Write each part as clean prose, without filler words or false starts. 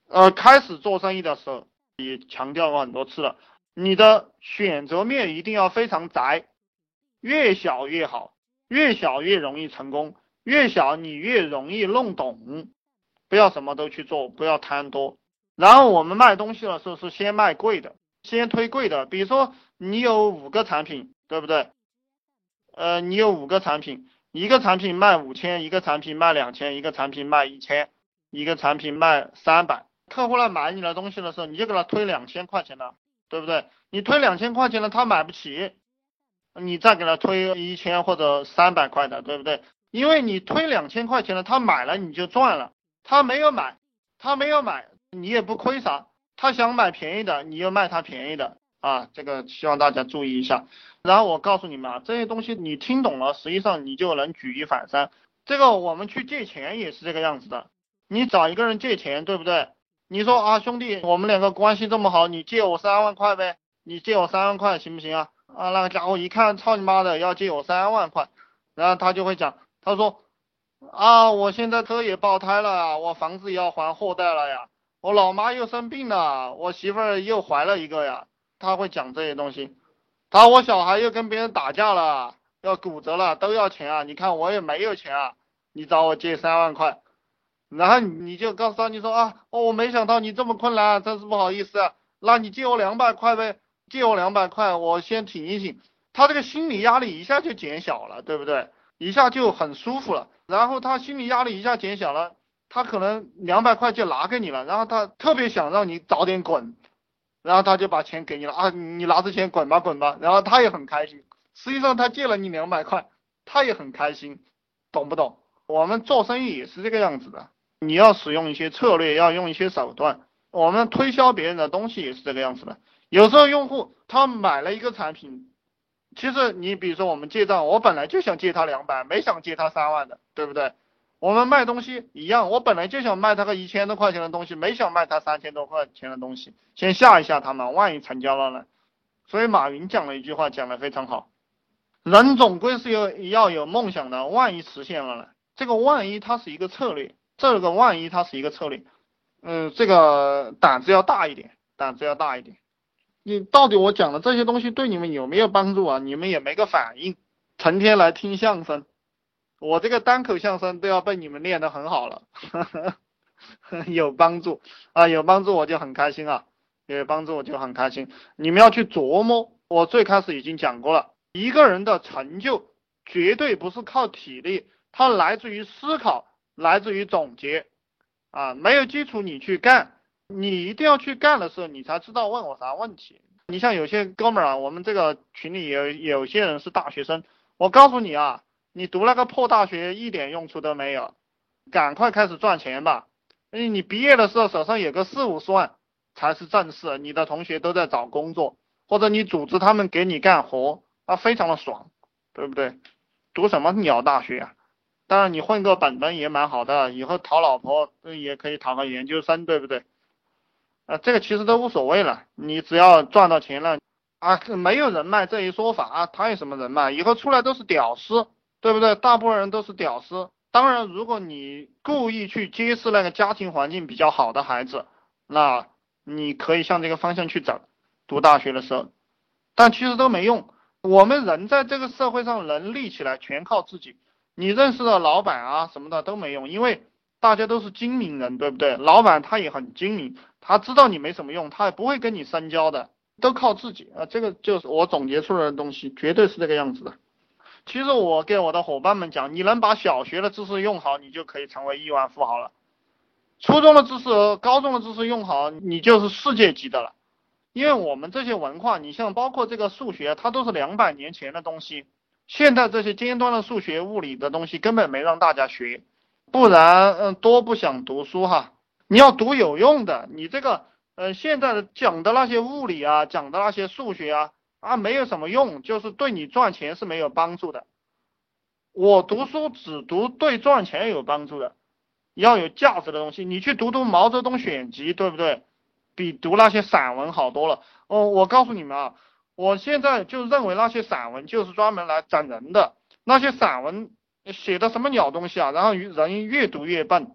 开始做生意的时候也强调过很多次了，你的选择面一定要非常窄，越小越好，越小越容易成功，越小你越容易弄懂，不要什么都去做，不要贪多。然后我们卖东西的时候是先卖贵的，先推贵的，比如说你有5个产品，对不对？你有5个产品，一个产品卖5000，一个产品卖2000，一个产品卖1000，一个产品卖300。客户来买你的东西的时候，你就给他推2000块钱的，对不对？你推2000块钱的，他买不起，你再给他推1000或者300块的，对不对？因为你推2000块钱的，他买了你就赚了，他没有买，你也不亏啥。他想买便宜的，你又卖他便宜的啊，这个希望大家注意一下。然后我告诉你们啊，这些东西你听懂了，实际上你就能举一反三。这个我们去借钱也是这个样子的，你找一个人借钱，对不对？你说啊，兄弟，我们两个关系这么好，你借我3万块呗，你借我3万块行不行啊？啊，那个家伙一看，操你妈的，要借我3万块，然后他就会讲，他说啊，我现在车也爆胎了，我房子也要还货贷了呀，我老妈又生病了，我媳妇儿又怀了一个呀，他会讲这些东西。我小孩又跟别人打架了，要骨折了，都要钱啊，你看我也没有钱啊，你找我借3万块。然后你就告诉他，你说啊，我没想到你这么困难，真是不好意思啊，那你借我200块呗，借我200块，我先挺一挺。他这个心理压力一下就减小了，对不对？一下就很舒服了。然后他心理压力一下减小了，他可能200块就拿给你了，然后他特别想让你早点滚，然后他就把钱给你了啊，你拿着钱滚吧滚吧，然后他也很开心。实际上他借了你200块，他也很开心，懂不懂？我们做生意也是这个样子的。你要使用一些策略，要用一些手段。我们推销别人的东西也是这个样子的。有时候用户他买了一个产品，其实你比如说我们结账，我本来就想借他200，没想借他3万的，对不对？我们卖东西一样，我本来就想卖他个1000多块钱的东西，没想卖他3000多块钱的东西，先吓一吓他们，万一成交了呢？所以马云讲了一句话，讲得非常好，人总归是要有梦想的，万一实现了呢？这个万一它是一个策略，这个万一它是一个策略，这个胆子要大一点，胆子要大一点。你到底我讲的这些东西对你们有没有帮助啊？你们也没个反应，成天来听相声，我这个单口相声都要被你们练得很好了，有帮助啊，有帮助我就很开心啊，有帮助我就很开心。你们要去琢磨，我最开始已经讲过了，一个人的成就绝对不是靠体力，它来自于思考，来自于总结啊，没有基础你去干。你一定要去干的时候，你才知道问我啥问题。你像有些哥们儿啊，我们这个群里有些人是大学生，我告诉你啊，你读那个破大学一点用处都没有，赶快开始赚钱吧。你毕业的时候手上有个40-50万才是正事，你的同学都在找工作，或者你组织他们给你干活，啊，非常的爽，对不对？读什么鸟大学啊？当然你混个本本也蛮好的，以后讨老婆也可以讨个研究生，对不对？这个其实都无所谓了，你只要赚到钱了啊，没有人脉这一说法啊，他有什么人脉？以后出来都是屌丝，对不对？大部分人都是屌丝。当然，如果你故意去揭示那个家庭环境比较好的孩子，那你可以向这个方向去走，读大学的时候，但其实都没用。我们人在这个社会上能立起来，全靠自己。你认识的老板啊什么的都没用，因为大家都是精明人，对不对？老板他也很精明，他知道你没什么用，他也不会跟你深交的，都靠自己啊。这个就是我总结出来的东西，绝对是这个样子的。其实我给我的伙伴们讲，你能把小学的知识用好，你就可以成为亿万富豪了。初中的知识、高中的知识用好，你就是世界级的了。因为我们这些文化，你像包括这个数学，它都是200年前的东西，现在这些尖端的数学、物理的东西根本没让大家学，不然多不想读书哈。你要读有用的，你这个现在的讲的那些物理啊，讲的那些数学没有什么用，就是对你赚钱是没有帮助的。我读书只读对赚钱有帮助的，要有价值的东西。你去读毛泽东选集，对不对？比读那些散文好多了。我告诉你们啊，我现在就认为那些散文就是专门来整人的，那些散文写的什么鸟东西啊，然后人越读越笨。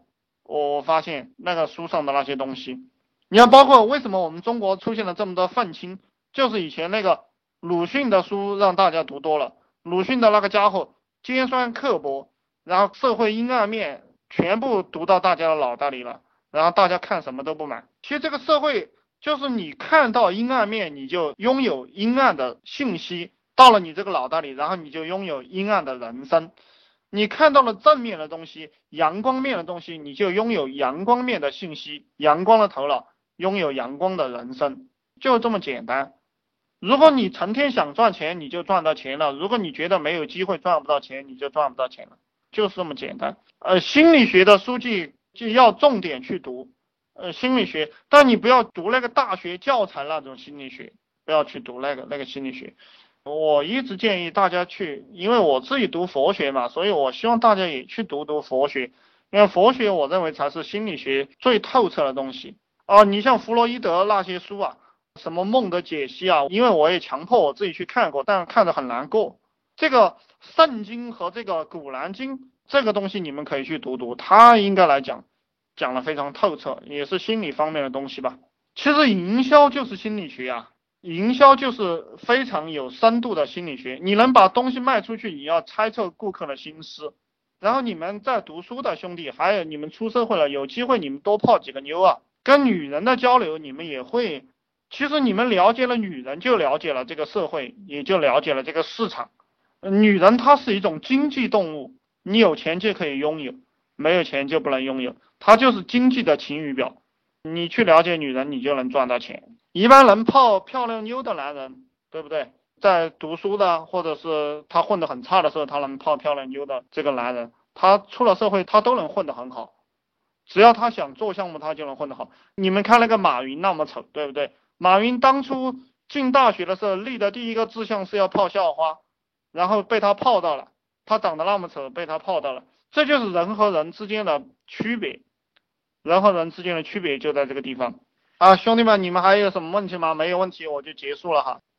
我发现那个书上的那些东西，你看，包括为什么我们中国出现了这么多愤青，就是以前那个鲁迅的书让大家读多了，鲁迅的那个家伙尖酸刻薄，然后社会阴暗面全部读到大家的脑袋里了，然后大家看什么都不买。其实这个社会就是你看到阴暗面，你就拥有阴暗的信息到了你这个脑袋里，然后你就拥有阴暗的人生。你看到了正面的东西，阳光面的东西，你就拥有阳光面的信息，阳光的头脑，拥有阳光的人生，就这么简单。如果你成天想赚钱，你就赚到钱了；如果你觉得没有机会赚不到钱，你就赚不到钱了，就是这么简单。心理学的书籍就要重点去读，心理学，但你不要读那个大学教材那种心理学，不要去读那个心理学。我一直建议大家去，因为我自己读佛学嘛，所以我希望大家也去读读佛学，因为佛学我认为才是心理学最透彻的东西啊。你像弗洛伊德那些书啊，什么梦的解析啊，因为我也强迫我自己去看过，但看得很难过。这个圣经和这个古兰经这个东西你们可以去读读，它应该来讲得非常透彻，也是心理方面的东西吧。其实营销就是心理学啊。营销就是非常有深度的心理学，你能把东西卖出去，你要猜测顾客的心思。然后你们在读书的兄弟，还有你们出社会了，有机会你们多泡几个妞啊，跟女人的交流你们也会，其实你们了解了女人，就了解了这个社会，也就了解了这个市场。女人她是一种经济动物，你有钱就可以拥有，没有钱就不能拥有，它就是经济的晴雨表。你去了解女人，你就能赚到钱。一般能泡漂亮妞的男人，对不对？在读书的，或者是他混得很差的时候，他能泡漂亮妞的这个男人，他出了社会，他都能混得很好。只要他想做项目，他就能混得好。你们看那个马云那么丑，对不对？马云当初进大学的时候立的第一个志向是要泡校花，然后被他泡到了。他长得那么丑，被他泡到了。这就是人和人之间的区别。人和人之间的区别就在这个地方啊，兄弟们，你们还有什么问题吗？没有问题，我就结束了哈。